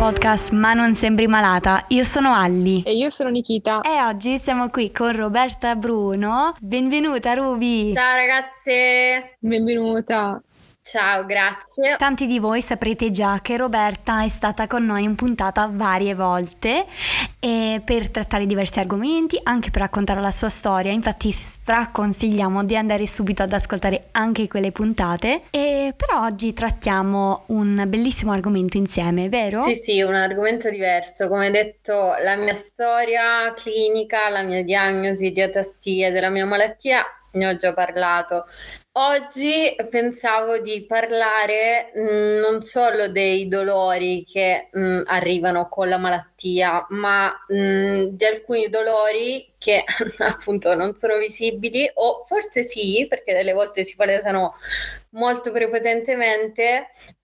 podcast Ma non sembri malata. Io sono Alli. E io sono Nikita. E oggi siamo qui con Roberta Bruno. Benvenuta Ruby! Ciao ragazze! Benvenuta. Ciao, grazie. Tanti di voi saprete già che Roberta è stata con noi in puntata varie volte per trattare diversi argomenti, anche per raccontare la sua storia. Infatti straconsigliamo di andare subito ad ascoltare anche quelle puntate. E però oggi trattiamo un bellissimo argomento insieme, vero? Sì, un argomento diverso. Come hai detto, la mia storia clinica, la mia diagnosi di atastia della mia malattia, ne ho già parlato. Oggi pensavo di parlare non solo dei dolori che arrivano con la malattia, ma di alcuni dolori che appunto non sono visibili, o forse sì, perché delle volte si palesano molto prepotentemente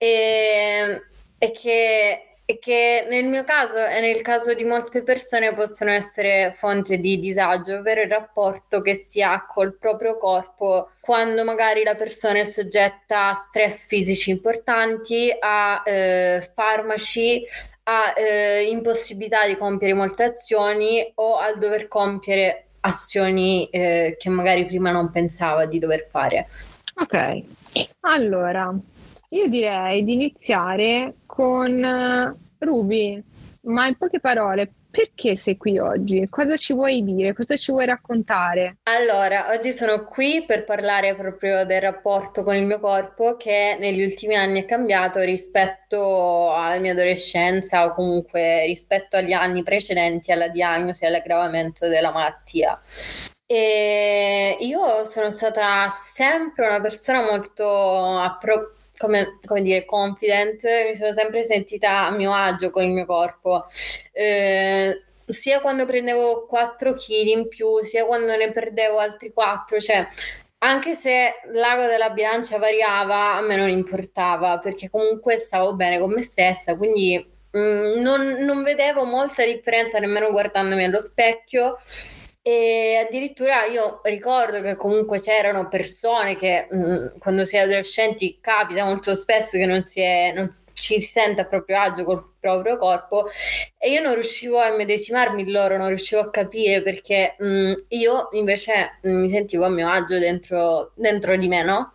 e che nel mio caso e nel caso di molte persone possono essere fonte di disagio, ovvero il rapporto che si ha col proprio corpo quando magari la persona è soggetta a stress fisici importanti, a farmaci, a impossibilità di compiere molte azioni o al dover compiere azioni che magari prima non pensava di dover fare. Ok, allora io direi di iniziare con Ruby, ma in poche parole, perché sei qui oggi? Cosa ci vuoi dire? Cosa ci vuoi raccontare? Allora, oggi sono qui per parlare proprio del rapporto con il mio corpo che negli ultimi anni è cambiato rispetto alla mia adolescenza o comunque rispetto agli anni precedenti alla diagnosi e all'aggravamento della malattia. E io sono stata sempre una persona molto come dire, confident, mi sono sempre sentita a mio agio con il mio corpo. Sia quando prendevo 4 kg in più, sia quando ne perdevo altri 4, cioè anche se l'ago della bilancia variava, a me non importava perché comunque stavo bene con me stessa, quindi non vedevo molta differenza nemmeno guardandomi allo specchio. E addirittura io ricordo che comunque c'erano persone che quando si è adolescenti capita molto spesso che non ci si senta a proprio agio col proprio corpo, e io non riuscivo a medesimarmi in loro, non riuscivo a capire perché io invece mi sentivo a mio agio dentro di me, no?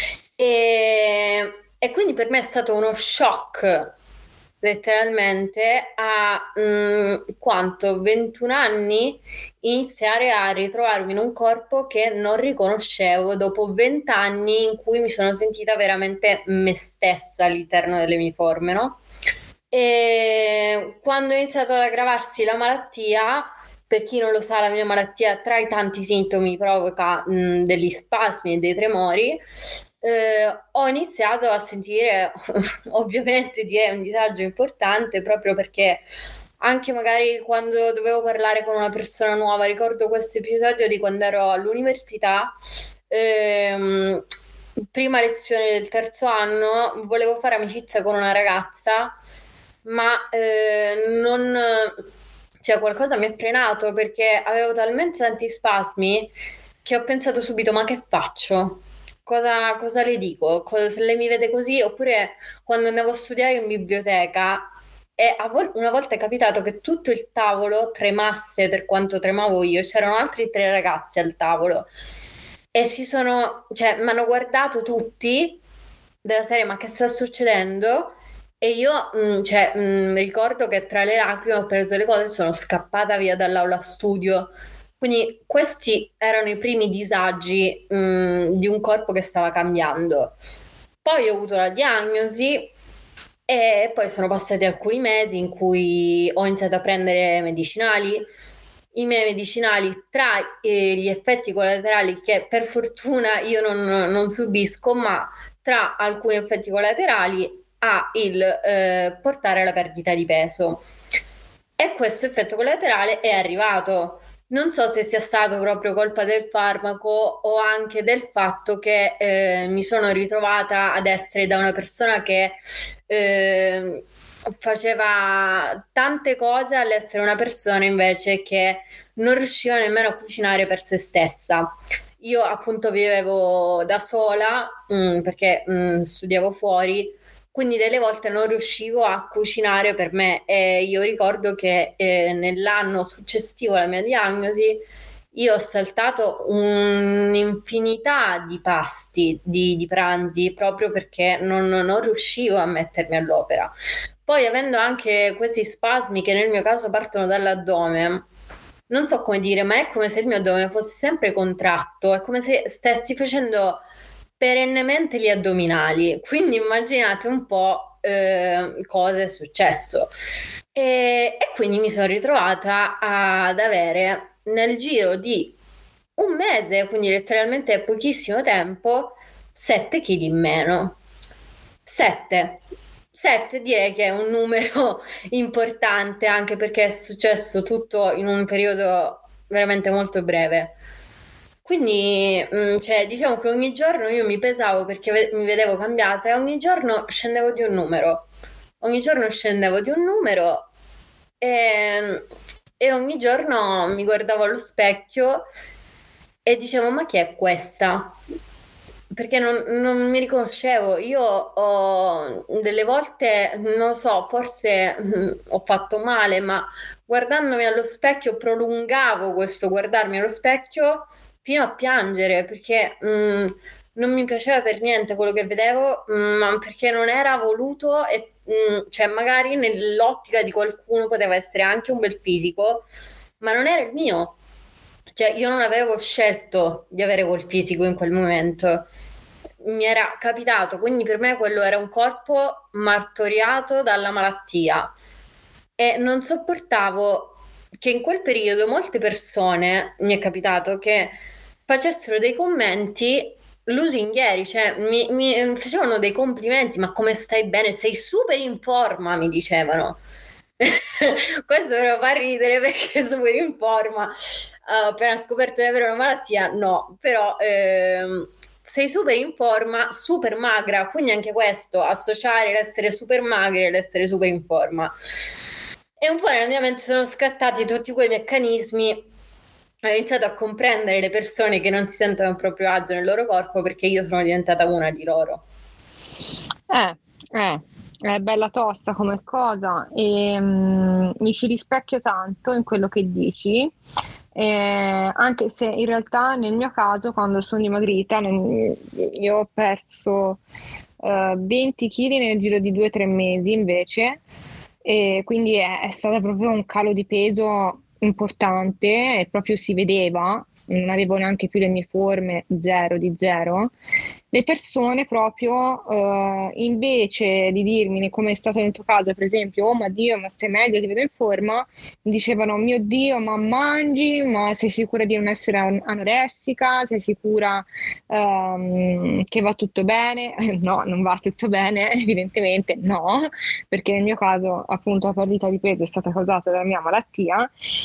E quindi per me è stato uno shock, letteralmente, a quanto 21 anni iniziare a ritrovarmi in un corpo che non riconoscevo dopo 20 anni in cui mi sono sentita veramente me stessa all'interno delle mie forme, no? E quando è iniziato ad aggravarsi la malattia, per chi non lo sa, la mia malattia tra i tanti sintomi provoca degli spasmi e dei tremori. Ho iniziato a sentire ovviamente direi un disagio importante, proprio perché anche magari quando dovevo parlare con una persona nuova, ricordo questo episodio di quando ero all'università, prima lezione del terzo anno, volevo fare amicizia con una ragazza, ma non, cioè qualcosa mi ha frenato perché avevo talmente tanti spasmi che ho pensato subito, ma che faccio? Cosa le dico? Se lei mi vede così, oppure quando andavo a studiare in biblioteca e una volta è capitato che tutto il tavolo tremasse per quanto tremavo io, c'erano altri 3 ragazzi al tavolo e cioè, mi hanno guardato tutti della serie, ma che sta succedendo? E io, cioè, ricordo che tra le lacrime ho preso le cose e sono scappata via dall'aula studio. Quindi questi erano i primi disagi, di un corpo che stava cambiando. Poi ho avuto la diagnosi e poi sono passati alcuni mesi in cui ho iniziato a prendere medicinali. I miei medicinali, tra gli effetti collaterali che per fortuna io non subisco, ma tra alcuni effetti collaterali ha il portare alla perdita di peso. E questo effetto collaterale è arrivato. Non so se sia stato proprio colpa del farmaco o anche del fatto che mi sono ritrovata ad essere da una persona che faceva tante cose all'essere una persona invece che non riusciva nemmeno a cucinare per se stessa. Io appunto vivevo da sola perché studiavo fuori quindi delle volte non riuscivo a cucinare per me e io ricordo che nell'anno successivo alla mia diagnosi io ho saltato un'infinità di pasti, di pranzi, proprio perché non riuscivo a mettermi all'opera. Poi avendo anche questi spasmi che nel mio caso partono dall'addome, non so come dire, ma è come se il mio addome fosse sempre contratto, è come se stessi facendo perennemente gli addominali. Quindi immaginate un po' cosa è successo. E quindi mi sono ritrovata ad avere nel giro di un mese, quindi letteralmente pochissimo tempo, 7 kg in meno. 7. 7 direi che è un numero importante anche perché è successo tutto in un periodo veramente molto breve. Quindi, cioè, diciamo che ogni giorno io mi pesavo perché mi vedevo cambiata e ogni giorno scendevo di un numero. Ogni giorno scendevo di un numero e, e ogni giorno mi guardavo allo specchio e dicevo, ma chi è questa? Perché non mi riconoscevo. Io ho delle volte, non lo so, forse ho fatto male, ma guardandomi allo specchio prolungavo questo guardarmi allo specchio fino a piangere perché non mi piaceva per niente quello che vedevo, ma perché non era voluto e cioè magari nell'ottica di qualcuno poteva essere anche un bel fisico, ma non era il mio. Cioè, io non avevo scelto di avere quel fisico in quel momento, mi era capitato, quindi per me quello era un corpo martoriato dalla malattia e non sopportavo che in quel periodo molte persone, mi è capitato, che facessero dei commenti lusinghieri, cioè mi facevano dei complimenti, ma come stai bene? Sei super in forma, mi dicevano. Questo però fa ridere perché super in forma. Ho appena scoperto di avere una malattia, no, però sei super in forma, super magra, quindi anche questo, associare l'essere super magri e l'essere super in forma. E un po' nella mia mente sono scattati tutti quei meccanismi. Ho iniziato a comprendere le persone che non si sentono a proprio agio nel loro corpo perché io sono diventata una di loro. Eh, è bella tosta come cosa e mi ci rispecchio tanto in quello che dici, anche se in realtà nel mio caso quando sono dimagrita io ho perso 20 kg nel giro di 2 o 3 mesi invece, e quindi è stato proprio un calo di peso importante e proprio si vedeva, non avevo neanche più le mie forme, zero di zero. Le persone proprio, invece di dirmi, come è stato nel tuo caso, per esempio, oh ma Dio, ma stai meglio, ti vedo in forma, mi dicevano, mio Dio, ma mangi, ma sei sicura di non essere anoressica, sei sicura, che va tutto bene? No, non va tutto bene, evidentemente no, perché nel mio caso appunto la perdita di peso è stata causata dalla mia malattia.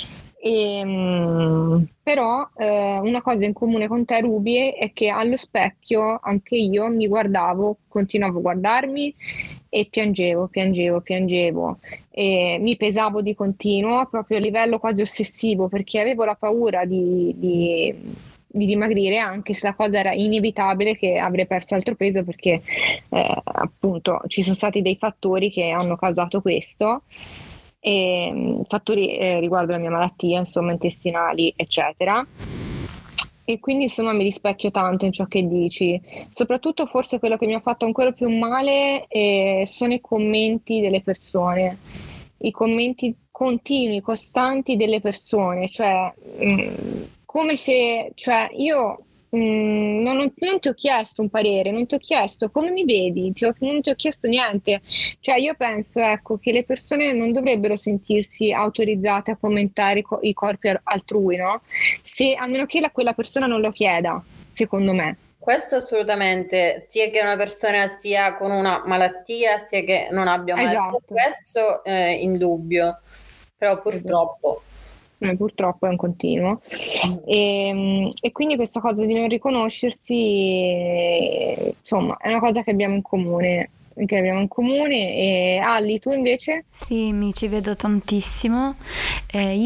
Però una cosa in comune con te, Ruby, è che allo specchio anche io mi guardavo, continuavo a guardarmi e piangevo, piangevo, piangevo. E mi pesavo di continuo, proprio a livello quasi ossessivo, perché avevo la paura di dimagrire, anche se la cosa era inevitabile che avrei perso altro peso, perché appunto ci sono stati dei fattori che hanno causato questo, e fattori riguardo la mia malattia, insomma, intestinali, eccetera. E quindi insomma mi rispecchio tanto in ciò che dici. Soprattutto forse quello che mi ha fatto ancora più male sono i commenti delle persone, i commenti continui, costanti delle persone, cioè come se, cioè io non ti ho chiesto un parere, non ti ho chiesto come mi vedi, non ti ho chiesto niente. Cioè io penso, ecco, che le persone non dovrebbero sentirsi autorizzate a commentare i corpi altrui, no? Se, a meno che quella persona non lo chieda, secondo me. Questo assolutamente, sia che una persona sia con una malattia, sia che non abbia malattia, Esatto. questo è indubbio, però purtroppo. Purtroppo è un continuo. E quindi questa cosa di non riconoscersi, insomma, è una cosa che abbiamo in comune. Che abbiamo in comune. E Ali, tu invece? Sì, mi ci vedo tantissimo. Io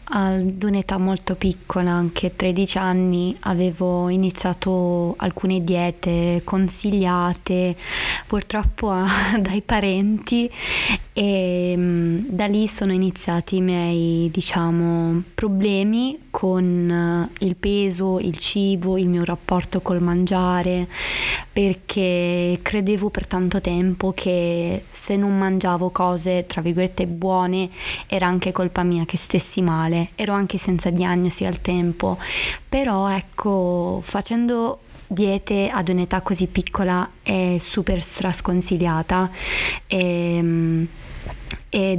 ad un'età molto piccola, anche 13 anni, avevo iniziato alcune diete consigliate purtroppo dai parenti e da lì sono iniziati i miei, diciamo, problemi con il peso, il cibo, il mio rapporto col mangiare, perché credevo per tanto tempo che se non mangiavo cose tra virgolette buone era anche colpa mia che stessi male. Ero anche senza diagnosi al tempo, però ecco, facendo diete ad un'età così piccola è super strasconsigliata e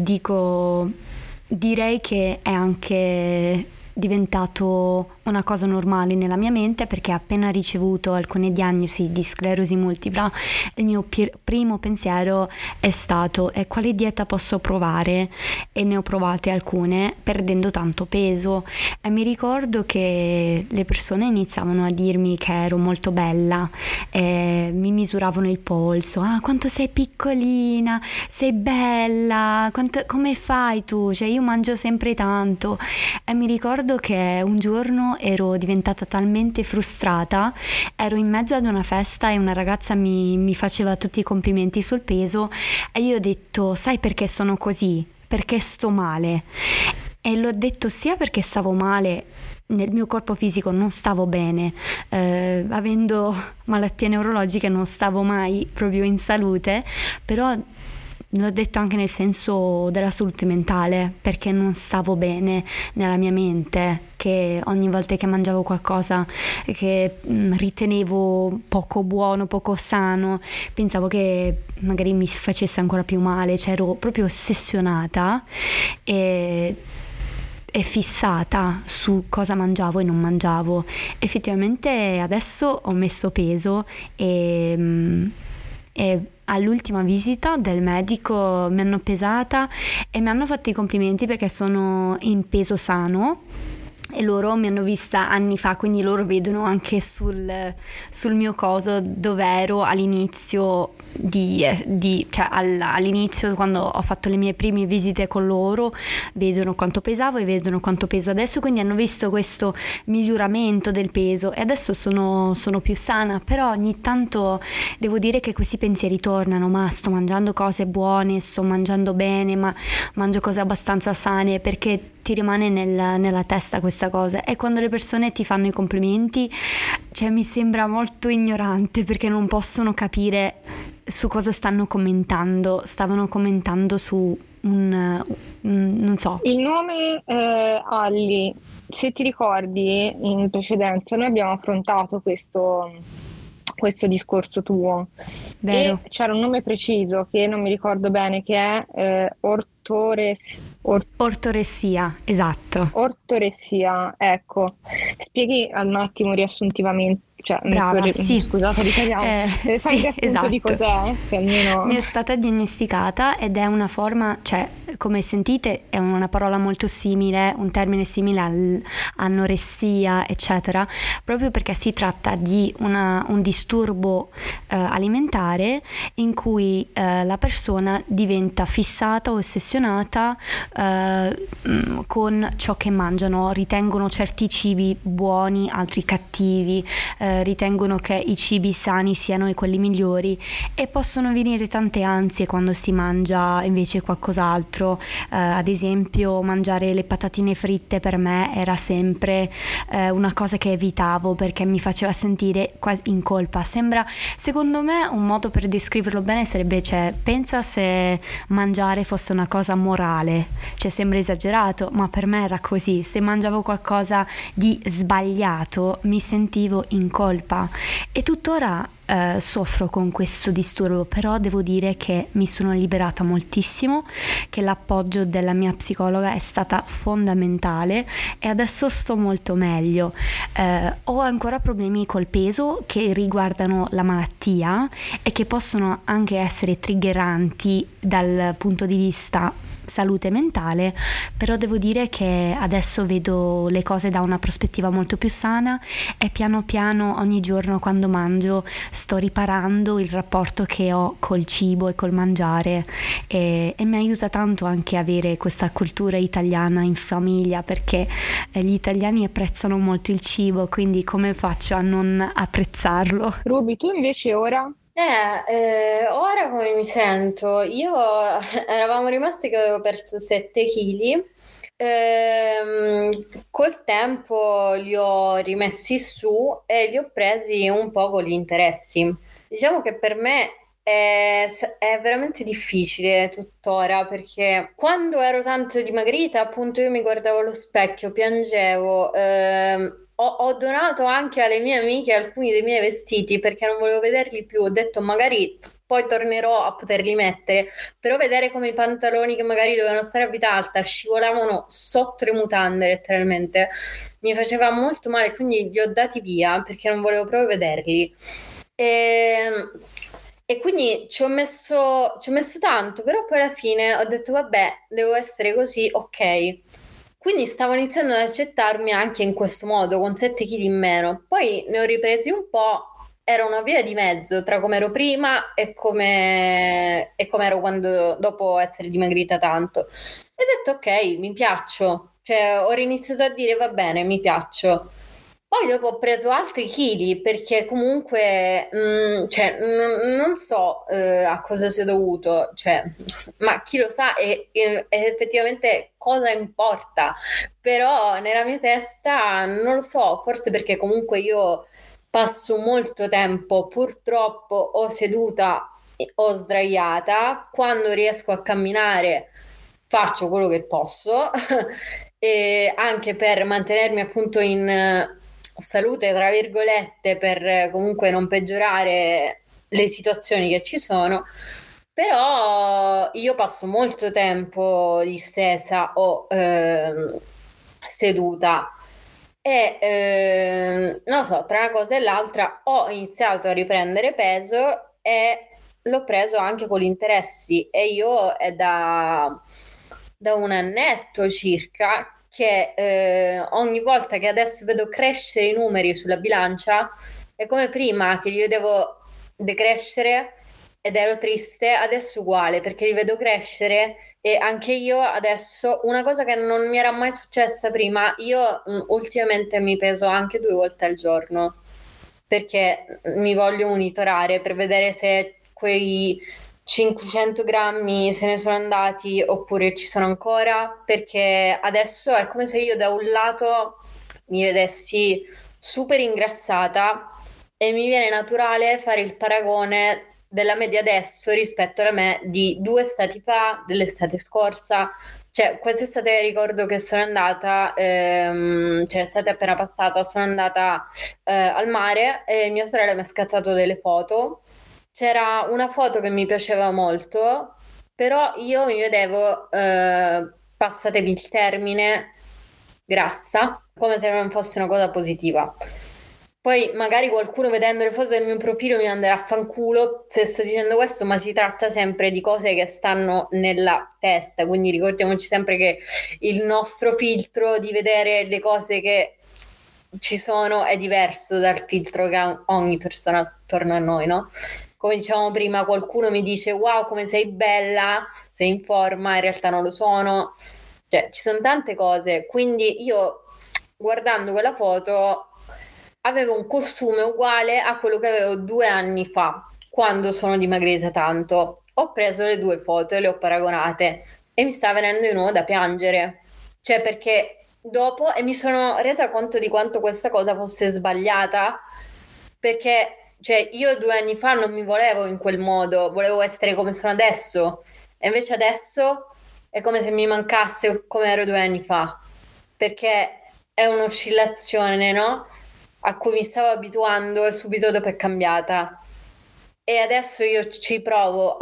direi che è anche diventato una cosa normale nella mia mente, perché appena ricevuto alcune diagnosi di sclerosi multipla il mio primo pensiero è stato quale dieta posso provare, e ne ho provate alcune perdendo tanto peso e mi ricordo che le persone iniziavano a dirmi che ero molto bella, mi misuravano il polso, quanto sei piccolina, sei bella, come fai tu, cioè io mangio sempre tanto. E mi ricordo che un giorno ero diventata talmente frustrata, ero in mezzo ad una festa e una ragazza mi faceva tutti i complimenti sul peso e io ho detto: sai perché sono così? Perché sto male. E l'ho detto sia perché stavo male nel mio corpo fisico, non stavo bene, avendo malattie neurologiche non stavo mai proprio in salute, però l'ho detto anche nel senso della salute mentale, perché non stavo bene nella mia mente, che ogni volta che mangiavo qualcosa che ritenevo poco buono, poco sano, pensavo che magari mi facesse ancora più male, cioè ero proprio ossessionata e fissata su cosa mangiavo e non mangiavo. Effettivamente adesso ho messo peso e all'ultima visita del medico mi hanno pesata e mi hanno fatto i complimenti perché sono in peso sano e loro mi hanno vista anni fa, quindi loro vedono anche sul mio coso dove ero all'inizio cioè all'inizio, quando ho fatto le mie prime visite con loro, vedono quanto pesavo e vedono quanto peso adesso, quindi hanno visto questo miglioramento del peso e adesso sono più sana. Però ogni tanto devo dire che questi pensieri tornano: ma sto mangiando cose buone, sto mangiando bene, ma mangio cose abbastanza sane, perché ti rimane nella testa questa cosa. E quando le persone ti fanno i complimenti, cioè mi sembra molto ignorante, perché non possono capire su cosa stanno commentando. Stavano commentando su non so. Il nome Alli, se ti ricordi in precedenza noi abbiamo affrontato questo discorso tuo. Vero. E c'era un nome preciso che non mi ricordo bene, che è ortoressia, esatto. Ortoressia, ecco. Spieghi un attimo riassuntivamente, cioè brava, sì. Scusate l'italiano, fai sì, il riassunto esatto. di cos'è? Che almeno... Mi è stata diagnosticata ed è una forma, cioè come sentite è una parola molto simile, un termine simile all'anoressia eccetera, proprio perché si tratta di un disturbo alimentare in cui la persona diventa fissata o ossessionata con ciò che mangiano, ritengono certi cibi buoni, altri cattivi, ritengono che i cibi sani siano quelli migliori e possono venire tante ansie quando si mangia invece qualcos'altro. Ad esempio mangiare le patatine fritte per me era sempre una cosa che evitavo perché mi faceva sentire quasi in colpa. Secondo me un modo per descriverlo bene sarebbe, cioè, pensa se mangiare fosse una cosa morale, cioè sembra esagerato ma per me era così. Se mangiavo qualcosa di sbagliato mi sentivo in colpa e tuttora soffro con questo disturbo, però devo dire che mi sono liberata moltissimo, che l'appoggio della mia psicologa è stata fondamentale e adesso sto molto meglio. Ho ancora problemi col peso che riguardano la malattia e che possono anche essere triggeranti dal punto di vista salute mentale, però devo dire che adesso vedo le cose da una prospettiva molto più sana e piano piano ogni giorno quando mangio sto riparando il rapporto che ho col cibo e col mangiare e mi aiuta tanto anche avere questa cultura italiana in famiglia, perché gli italiani apprezzano molto il cibo, quindi come faccio a non apprezzarlo? Ruby, tu invece ora? Ora come mi sento? Io eravamo rimasti che avevo perso 7 kg. Col tempo li ho rimessi su e li ho presi un po' con gli interessi. Diciamo che per me è veramente difficile tuttora, perché quando ero tanto dimagrita, appunto, io mi guardavo allo specchio, piangevo. Ho donato anche alle mie amiche alcuni dei miei vestiti perché non volevo vederli più. Ho detto magari poi tornerò a poterli mettere, però vedere come i pantaloni che magari dovevano stare a vita alta scivolavano sotto le mutande letteralmente mi faceva molto male, quindi li ho dati via perché non volevo proprio vederli. E, e quindi ci ho messo tanto, però poi alla fine ho detto vabbè, devo essere così, ok. Quindi stavo iniziando ad accettarmi anche in questo modo, con 7 kg in meno. Poi ne ho ripresi un po', era una via di mezzo tra come ero prima e come ero dopo essere dimagrita tanto. E ho detto ok, mi piaccio, cioè ho iniziato a dire va bene, mi piaccio. Poi dopo ho preso altri chili perché comunque, cioè, non so a cosa sia dovuto, cioè, ma chi lo sa e effettivamente cosa importa, però nella mia testa non lo so, forse perché comunque io passo molto tempo purtroppo o seduta o sdraiata, quando riesco a camminare faccio quello che posso e anche per mantenermi appunto in salute, tra virgolette, per comunque non peggiorare le situazioni che ci sono. Però io passo molto tempo distesa o seduta e non lo so, tra una cosa e l'altra ho iniziato a riprendere peso e l'ho preso anche con gli interessi e io è da un annetto circa che ogni volta che adesso vedo crescere i numeri sulla bilancia è come prima che li vedevo decrescere ed ero triste, adesso uguale perché li vedo crescere e anche io adesso, una cosa che non mi era mai successa prima, io ultimamente mi peso anche 2 volte al giorno perché mi voglio monitorare per vedere se quei 500 grammi se ne sono andati oppure ci sono ancora, perché adesso è come se io da un lato mi vedessi super ingrassata e mi viene naturale fare il paragone della me di adesso rispetto alla me di 2 estati fa, dell'estate scorsa. Cioè, quest'estate ricordo che sono andata, cioè l'estate appena passata, sono andata al mare e mia sorella mi ha scattato delle foto. C'era una foto che mi piaceva molto, però io mi vedevo, passatemi il termine, grassa, come se non fosse una cosa positiva. Poi magari qualcuno vedendo le foto del mio profilo mi manderà a fanculo se sto dicendo questo, ma si tratta sempre di cose che stanno nella testa, quindi ricordiamoci sempre che il nostro filtro di vedere le cose che ci sono è diverso dal filtro che ha ogni persona attorno a noi, no? Come dicevamo prima, qualcuno mi dice wow, come sei bella, sei in forma, in realtà non lo sono. Cioè, ci sono tante cose, quindi io guardando quella foto avevo un costume uguale a quello che avevo 2 anni fa, quando sono dimagrita tanto. Ho preso le 2 foto e le ho paragonate e mi sta venendo di nuovo da piangere. Cioè, perché dopo e mi sono resa conto di quanto questa cosa fosse sbagliata, perché cioè, io 2 anni fa non mi volevo in quel modo, volevo essere come sono adesso, e invece adesso è come se mi mancasse come ero 2 anni fa, perché è un'oscillazione, no? A cui mi stavo abituando e subito dopo è cambiata. E adesso io ci provo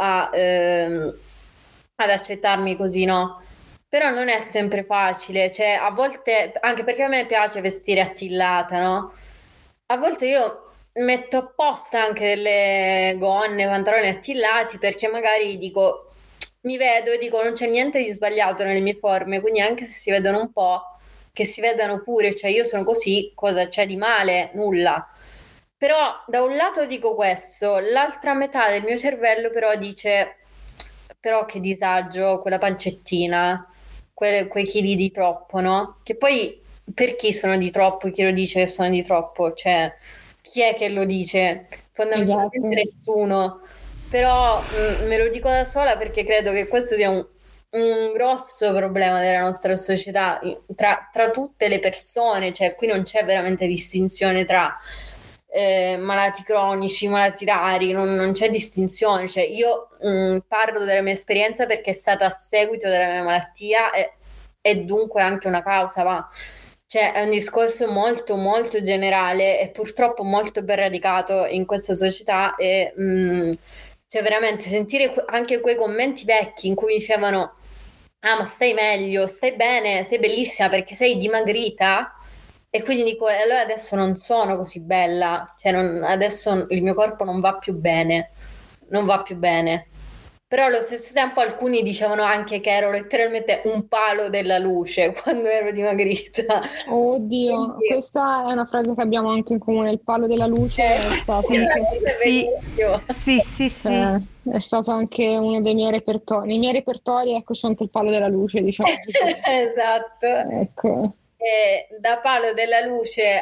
ad accettarmi così, no? Però non è sempre facile, cioè a volte, anche perché a me piace vestire attillata, no? A volte io metto apposta anche delle gonne, pantaloni attillati perché magari dico mi vedo e dico non c'è niente di sbagliato nelle mie forme, quindi anche se si vedono un po', che si vedano pure, cioè io sono così, cosa c'è di male? Nulla. Però da un lato dico questo, l'altra metà del mio cervello però dice, però che disagio, quella pancettina, quei chili di troppo, no? Che poi per chi sono di troppo, chi lo dice che sono di troppo? Cioè, chi è che lo dice? Fondamentalmente Esatto. nessuno. Però me lo dico da sola perché credo che questo sia un grosso problema della nostra società, tra tutte le persone, cioè qui non c'è veramente distinzione tra malati cronici, malati rari, non c'è distinzione, cioè io parlo della mia esperienza perché è stata a seguito della mia malattia e dunque anche una causa, va. Cioè, è un discorso molto, molto generale e purtroppo molto ben radicato in questa società e cioè veramente sentire anche quei commenti vecchi in cui dicevano ah, ma stai meglio, stai bene, sei bellissima perché sei dimagrita e quindi dico, e allora adesso non sono così bella, cioè adesso il mio corpo non va più bene, non va più bene. Però allo stesso tempo alcuni dicevano anche che ero letteralmente un palo della luce quando ero dimagrita. Oddio, Quindi, questa è una frase che abbiamo anche in comune, il palo della luce è stato Sì, anche, questo è sì, bellissimo. sì, sì, sì. è stato anche uno dei miei repertori. Nei miei repertori, ecco, c'è anche il palo della luce, diciamo così. Esatto. Ecco, Da palo della luce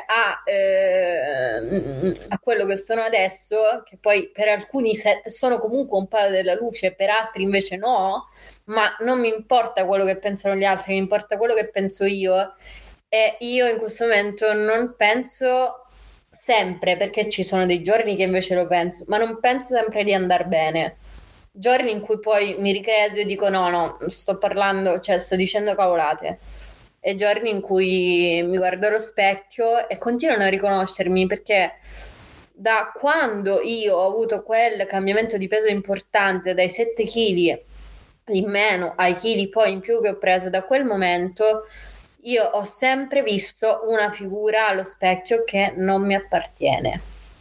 a quello che sono adesso, che poi per alcuni sono comunque un palo della luce, per altri invece no, ma non mi importa quello che pensano gli altri, mi importa quello che penso io. E io in questo momento non penso sempre, perché ci sono dei giorni che invece lo penso, ma non penso sempre di andare bene. Giorni in cui poi mi ricredo e dico no, no, sto parlando, cioè sto dicendo cavolate. E giorni in cui mi guardo allo specchio e continuano a riconoscermi perché da quando io ho avuto quel cambiamento di peso importante dai 7 kg in meno ai chili poi in più che ho preso da quel momento, io ho sempre visto una figura allo specchio che non mi appartiene.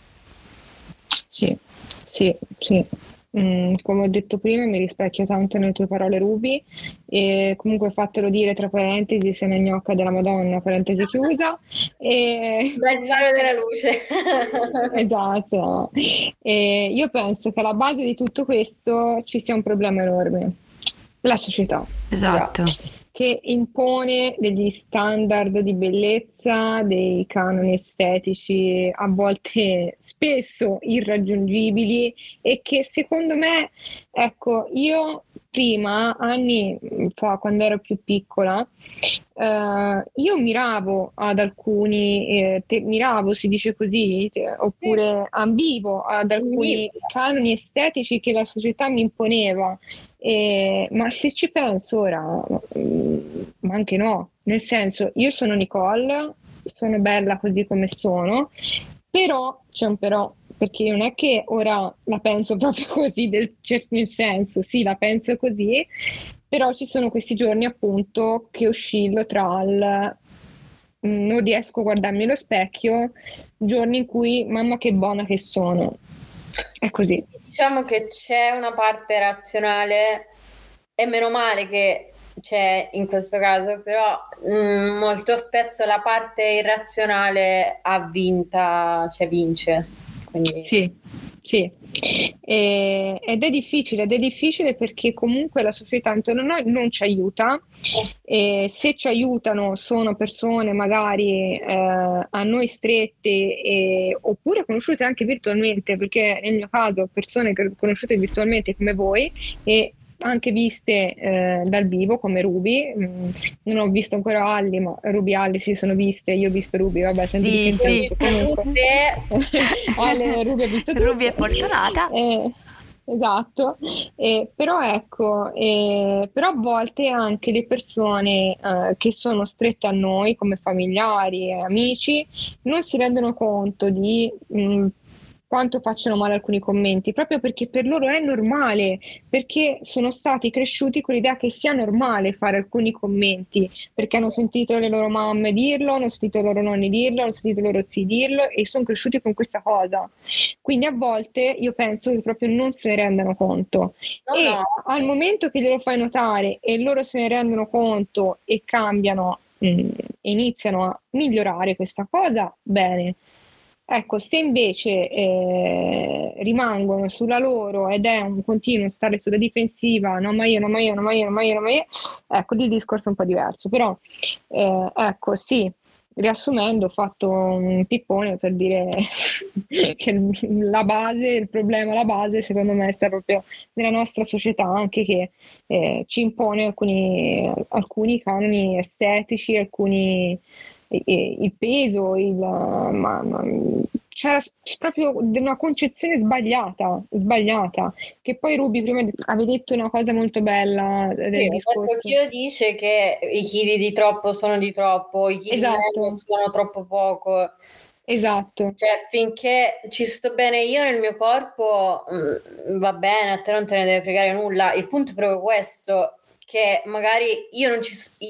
sì, sì, sì. Come ho detto prima, mi rispecchio tanto nelle tue parole, Ruby, e comunque fatelo dire tra parentesi, se ne gnocca della Madonna, parentesi chiusa. E... Bel faro della luce. Esatto. E io penso che alla base di tutto questo ci sia un problema enorme, la società Già. Esatto. che impone degli standard di bellezza, dei canoni estetici a volte spesso irraggiungibili e che secondo me, ecco, io prima, anni fa, quando ero più piccola, io miravo ad alcuni, miravo, si dice così, Sì, oppure ambivo ad alcuni condivido. canoni estetici che la società mi imponeva. Ma se ci penso ora, ma anche no, nel senso, io sono Nicole, sono bella così come sono, però c'è un però, perché non è che ora la penso proprio così, nel senso, sì, la penso così, però ci sono questi giorni appunto che oscillo tra il non riesco a guardarmi allo specchio, giorni in cui mamma che buona che sono. È così. Sì, diciamo che c'è una parte razionale e meno male che c'è in questo caso, però molto spesso la parte irrazionale ha vinta, cioè vince. Quindi Sì, sì. Ed è difficile perché comunque la società intorno a noi non ci aiuta. E se ci aiutano sono persone magari a noi strette oppure conosciute anche virtualmente, perché nel mio caso persone conosciute virtualmente come voi e anche viste dal vivo come Ruby. Non ho visto ancora Alli, ma Ruby e Alli si sono viste, io ho visto Ruby, vabbè, senti di Sì, che sì. intendi. Comunque, Ruby ha visto Ruby è tutto. fortunata. Esatto. Però ecco, però a volte anche le persone che sono strette a noi come familiari e amici non si rendono conto di quanto facciano male alcuni commenti, proprio perché per loro è normale, perché sono stati cresciuti con l'idea che sia normale fare alcuni commenti, perché hanno sentito le loro mamme dirlo, hanno sentito i loro nonni dirlo, hanno sentito i loro zii dirlo e sono cresciuti con questa cosa. Quindi a volte io penso che proprio non se ne rendano conto. No, E no. al momento che glielo fai notare e loro se ne rendono conto e cambiano, iniziano a migliorare questa cosa, bene. Ecco, se invece rimangono sulla loro ed è un continuo stare sulla difensiva, no ma io, no ma io, no ma io, no ma io, no ma io, ecco, il discorso è un po' diverso. Però, ecco, sì, riassumendo, ho fatto un pippone per dire che la base, il problema, la base, secondo me, sta proprio nella nostra società, anche che ci impone alcuni canoni estetici, alcuni il peso, c'era proprio una concezione sbagliata, che poi Ruby prima avevi detto una cosa molto bella del discorso. Chi dice che i chili di troppo sono di troppo, i chili meno sono troppo poco. Esatto. Cioè, finché ci sto bene io nel mio corpo, va bene, a te non te ne deve fregare nulla. Il punto è proprio questo, che magari io non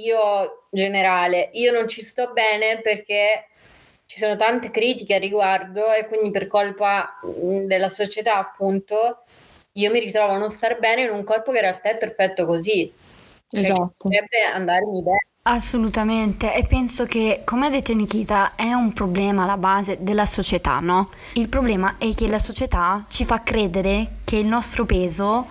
ci sto bene perché ci sono tante critiche a riguardo e quindi per colpa della società, appunto, io mi ritrovo a non star bene in un corpo che in realtà è perfetto così. Esatto. Cioè, dovrebbe andarmi bene. Assolutamente, e penso che, come ha detto Nikita, è un problema alla base della società, no? Il problema è che la società ci fa credere che il nostro peso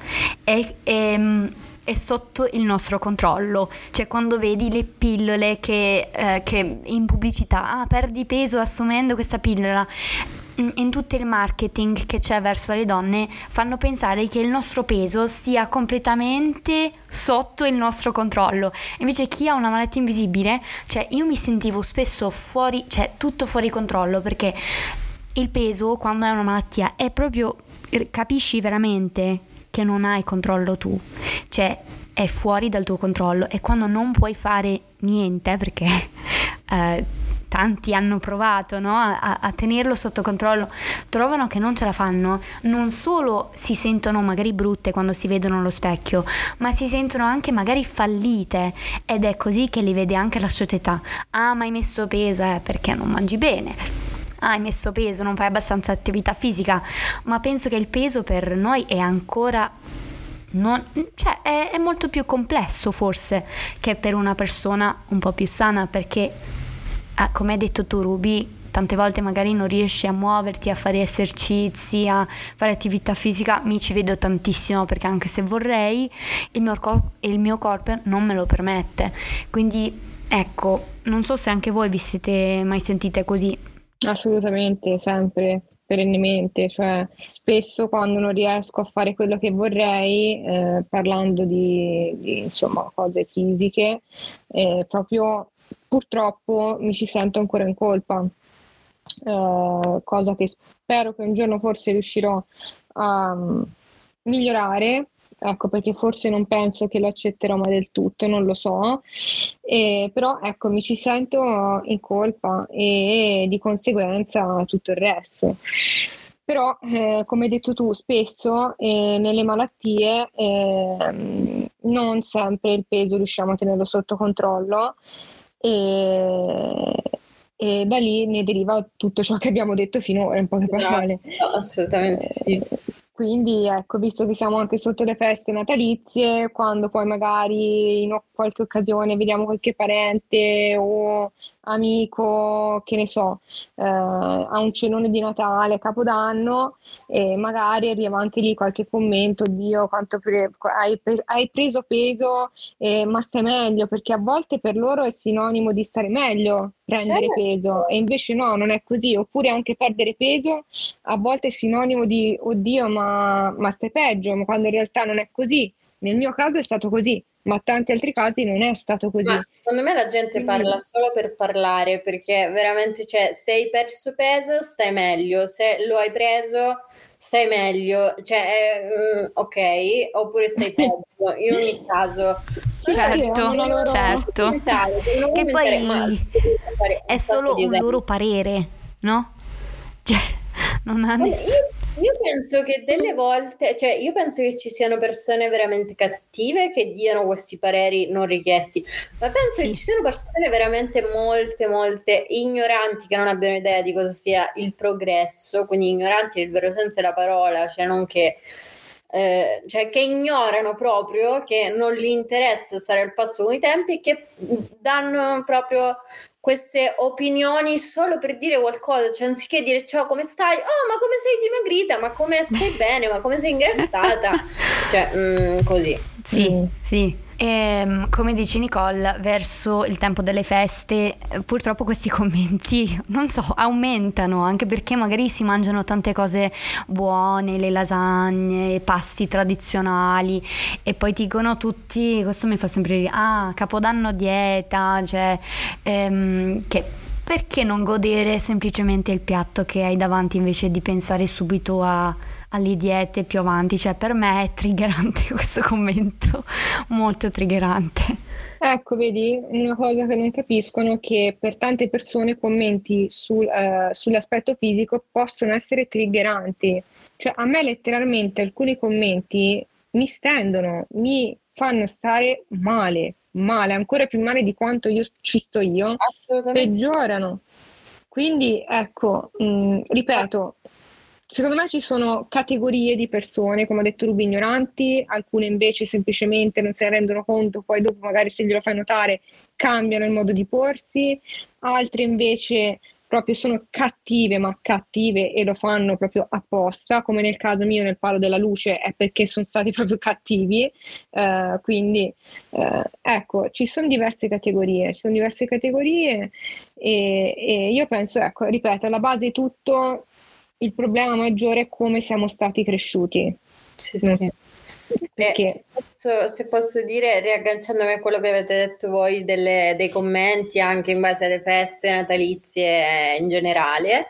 è sotto il nostro controllo. Cioè, quando vedi le pillole che in pubblicità, perdi peso assumendo questa pillola, in tutto il marketing che c'è verso le donne fanno pensare che il nostro peso sia completamente sotto il nostro controllo. Invece chi ha una malattia invisibile, cioè io mi sentivo spesso fuori, cioè tutto fuori controllo, perché il peso quando è una malattia è proprio, capisci veramente che non hai controllo tu, cioè è fuori dal tuo controllo, e quando non puoi fare niente perché tanti hanno provato, no, a tenerlo sotto controllo, trovano che non ce la fanno, non solo si sentono magari brutte quando si vedono allo specchio, ma si sentono anche magari fallite, ed è così che li vede anche la società. Ah, ma hai messo peso, perché non mangi bene. Ah, hai messo peso, non fai abbastanza attività fisica. Ma penso che il peso per noi è ancora cioè è molto più complesso forse che per una persona un po' più sana, perché come hai detto tu, Ruby, tante volte magari non riesci a muoverti, a fare esercizi, a fare attività fisica. Mi ci vedo tantissimo, perché anche se vorrei, il mio corpo non me lo permette. Quindi ecco, non so se anche voi vi siete mai sentite così. Assolutamente, sempre, perennemente, cioè spesso quando non riesco a fare quello che vorrei, parlando di insomma cose fisiche, proprio purtroppo mi ci sento ancora in colpa, cosa che spero che un giorno forse riuscirò a migliorare. Ecco, perché forse non penso che lo accetterò mai del tutto, non lo so, però ecco, mi ci sento in colpa e di conseguenza tutto il resto. Però, come hai detto tu, spesso nelle malattie non sempre il peso riusciamo a tenerlo sotto controllo, e da lì ne deriva tutto ciò che abbiamo detto finora, in poche parole. Assolutamente sì. Quindi ecco, visto che siamo anche sotto le feste natalizie, quando poi magari in qualche occasione vediamo qualche parente o amico, che ne so, a un cenone di Natale, Capodanno, e magari arriva anche lì qualche commento: Dio, quanto hai preso peso, ma stai meglio, perché a volte per loro è sinonimo di stare meglio prendere peso, e invece no, non è così. Oppure anche perdere peso a volte è sinonimo di oddio, ma stai peggio, ma quando in realtà non è così. Nel mio caso è stato così, ma tanti altri casi non è stato così. Ma secondo me la gente parla solo per parlare, perché veramente, cioè, se hai perso peso stai meglio, se lo hai preso stai meglio, cioè ok, oppure stai peggio, in ogni caso. Certo. Che poi è solo un loro parere, no? Cioè, non ha Guarda, nessuno. io penso che delle volte, cioè io penso che ci siano persone veramente cattive che diano questi pareri non richiesti, ma penso che Sì, ci siano persone veramente molte ignoranti che non abbiano idea di cosa sia il progresso, quindi ignoranti nel vero senso della parola, cioè non che cioè che ignorano proprio, che non gli interessa stare al passo con i tempi e che danno proprio queste opinioni solo per dire qualcosa, cioè anziché dire ciao come stai, oh ma come sei dimagrita, ma come stai bene, ma come sei ingrassata, cioè così. sì, Mm. sì. Come dici Nicole, verso il tempo delle feste, purtroppo questi commenti, non so, aumentano, anche perché magari si mangiano tante cose buone, le lasagne, i pasti tradizionali, e poi dicono tutti, questo mi fa sempre dire, ah, Capodanno dieta, cioè, che perché non godere semplicemente il piatto che hai davanti invece di pensare subito alle diete più avanti? Cioè, per me è triggerante questo commento, molto triggerante. Ecco, vedi, una cosa che non capiscono è che per tante persone commenti sull'aspetto fisico possono essere triggeranti. Cioè, a me letteralmente alcuni commenti mi stendono, mi fanno stare male, male, ancora più male di quanto io ci sto io, Assolutamente sì. peggiorano. Quindi, ecco, Ma ripeto, secondo me ci sono categorie di persone, come ha detto Ruby, ignoranti, alcune invece semplicemente non se ne rendono conto, poi dopo magari se glielo fai notare cambiano il modo di porsi, altre invece proprio sono cattive, ma cattive e lo fanno proprio apposta, come nel caso mio nel palo della luce è perché sono stati proprio cattivi, quindi ecco, ci sono diverse categorie e io penso, ecco, ripeto, alla base di tutto il problema maggiore è come siamo stati cresciuti. sì, Non- sì. Perché Se posso dire, riagganciandomi a quello che avete detto voi dei commenti anche in base alle feste natalizie in generale,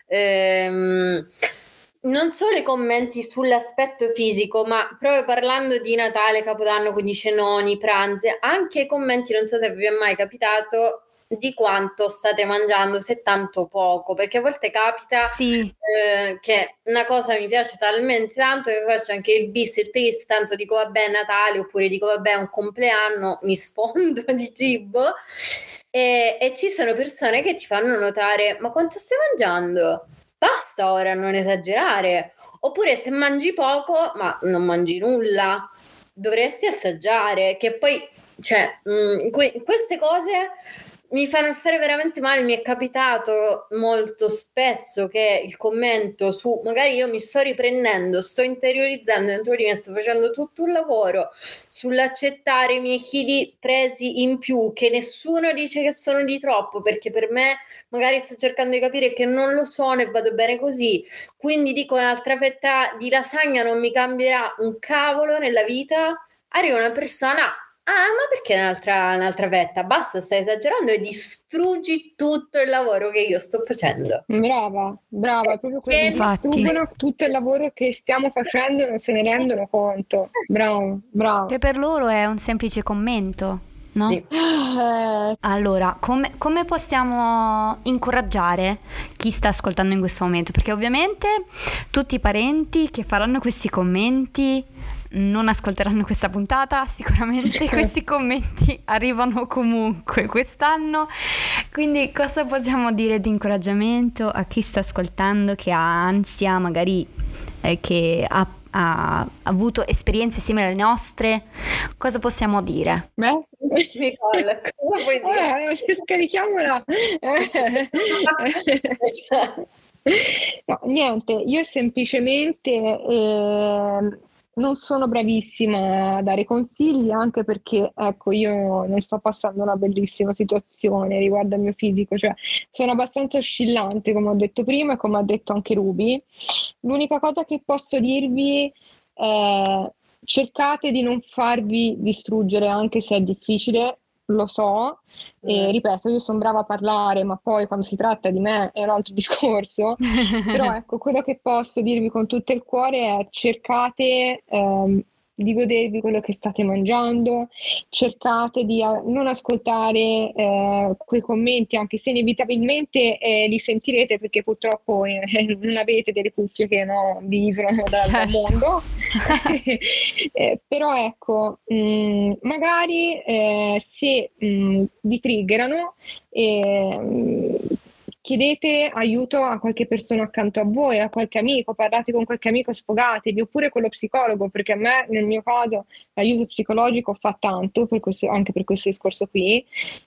non solo i commenti sull'aspetto fisico, ma proprio parlando di Natale, Capodanno, quindi cenoni, pranzi, anche i commenti, non so se vi è mai capitato, di quanto state mangiando, se tanto poco, perché a volte capita Sì, che una cosa mi piace talmente tanto che faccio anche il bis, il tris, tanto dico vabbè è Natale oppure dico vabbè è un compleanno, mi sfondo di cibo e ci sono persone che ti fanno notare ma quanto stai mangiando? Basta ora non esagerare, oppure se mangi poco ma non mangi nulla, dovresti assaggiare, che poi cioè queste cose mi fanno stare veramente male. Mi è capitato molto spesso che il commento su magari io mi sto riprendendo, sto interiorizzando dentro di me, sto facendo tutto un lavoro sull'accettare i miei chili presi in più, che nessuno dice che sono di troppo, perché per me magari sto cercando di capire che non lo sono e vado bene così, quindi dico un'altra fetta di lasagna non mi cambierà un cavolo nella vita. Arriva una persona, ah, ma perché un'altra fetta? Basta, stai esagerando e distruggi tutto il lavoro che io sto facendo. brava, brava, è Cioè, proprio quello, che infatti. distruggono tutto il lavoro che stiamo facendo e non se ne rendono conto. Bravo, bravo. Che per loro è un semplice commento, no? sì. Allora, come possiamo incoraggiare chi sta ascoltando in questo momento? Perché ovviamente tutti i parenti che faranno questi commenti non ascolteranno questa puntata, sicuramente questi commenti arrivano comunque quest'anno. Quindi cosa possiamo dire di incoraggiamento a chi sta ascoltando, che ha ansia, magari che ha avuto esperienze simili alle nostre? Cosa possiamo dire? Beh? Nicole, cosa vuoi dire? Scarichiamola. No, niente, io semplicemente non sono bravissima a dare consigli, anche perché, ecco, io non sto passando una bellissima situazione riguardo al mio fisico, cioè sono abbastanza oscillante, come ho detto prima e come ha detto anche Ruby. L'unica cosa che posso dirvi è cercate di non farvi distruggere, anche se è difficile, lo so, e ripeto, io sono brava a parlare, ma poi quando si tratta di me è un altro discorso. Però ecco, quello che posso dirvi con tutto il cuore è cercate di godervi quello che state mangiando, cercate di non ascoltare quei commenti, anche se inevitabilmente li sentirete, perché purtroppo non avete delle cuffie che vi isolano dal mondo. Però ecco, magari se vi triggerano, chiedete aiuto a qualche persona accanto a voi, a qualche amico, parlate con qualche amico, sfogatevi, oppure con lo psicologo, perché a me, nel mio caso, l'aiuto psicologico fa tanto, anche per questo discorso qui.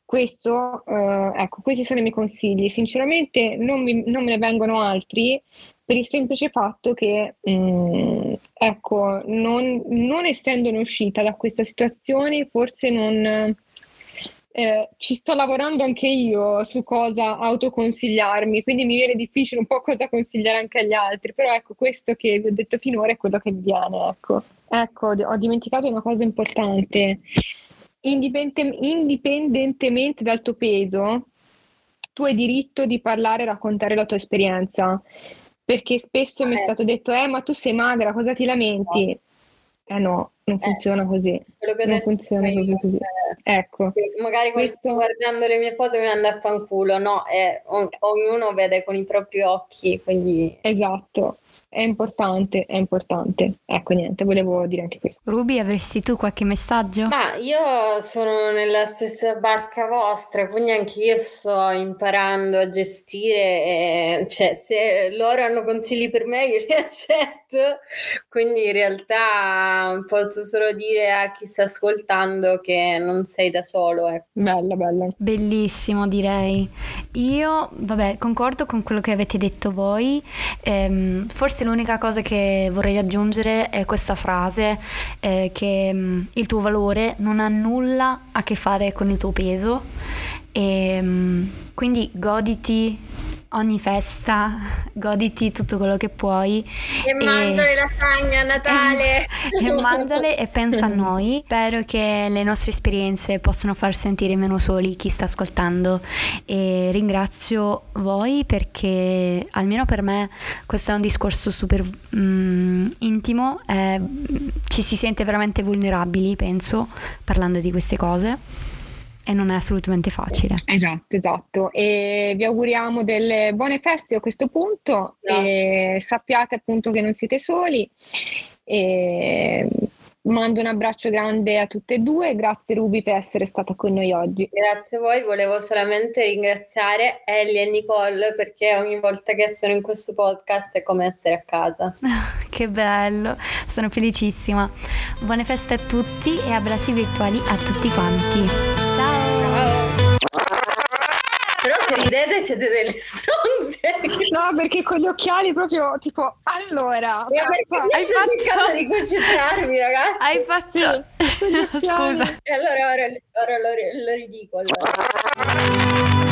Ecco, questi sono i miei consigli. Sinceramente non me ne vengono altri, per il semplice fatto che, ecco, non essendone uscita da questa situazione, forse non... ci sto lavorando anche io su cosa autoconsigliarmi, quindi mi viene difficile un po' cosa consigliare anche agli altri, però ecco, questo che vi ho detto finora è quello che mi viene, ecco. Ecco, ho dimenticato una cosa importante. Indipendentemente dal tuo peso, tu hai diritto di parlare e raccontare la tua esperienza, perché spesso mi è stato detto ma tu sei magra, cosa ti lamenti? No, non funziona così. Non funziona proprio così. Ecco. Magari guardando le mie foto mi manda a fanculo, no? Ognuno vede con i propri occhi, quindi... Esatto. È importante. Ecco, niente, volevo dire anche questo. Ruby, avresti tu qualche messaggio? Ma io sono nella stessa barca vostra, quindi anche io sto imparando a gestire, cioè se loro hanno consigli per me io li accetto, quindi in realtà posso solo dire a chi sta ascoltando che non sei da solo. Bella. Bellissimo, direi. Io, vabbè, concordo con quello che avete detto voi. Forse l'unica cosa che vorrei aggiungere è questa frase, che il tuo valore non ha nulla a che fare con il tuo peso, e quindi goditi ogni festa, goditi tutto quello che puoi e mangia le lasagne a Natale e mangiale e pensa a noi. Spero che le nostre esperienze possano far sentire meno soli chi sta ascoltando, e ringrazio voi perché almeno per me questo è un discorso super intimo, ci si sente veramente vulnerabili, penso, parlando di queste cose. E non è assolutamente facile. Esatto. E vi auguriamo delle buone feste a questo punto. E sappiate appunto che non siete soli. E mando un abbraccio grande a tutte e due. Grazie Ruby per essere stata con noi oggi. Grazie a voi. Volevo solamente ringraziare Ellie e Nicole, perché ogni volta che sono in questo podcast è come essere a casa. Che bello, sono felicissima. Buone feste a tutti e abbracci virtuali a tutti quanti. Ciao. Però se ridete siete delle stronze. No, perché con gli occhiali proprio tipo, allora. Hai cercato di concentrarmi, ragazzi. Hai fatto... Sì, Scusa. E allora ora lo ridico. Allora.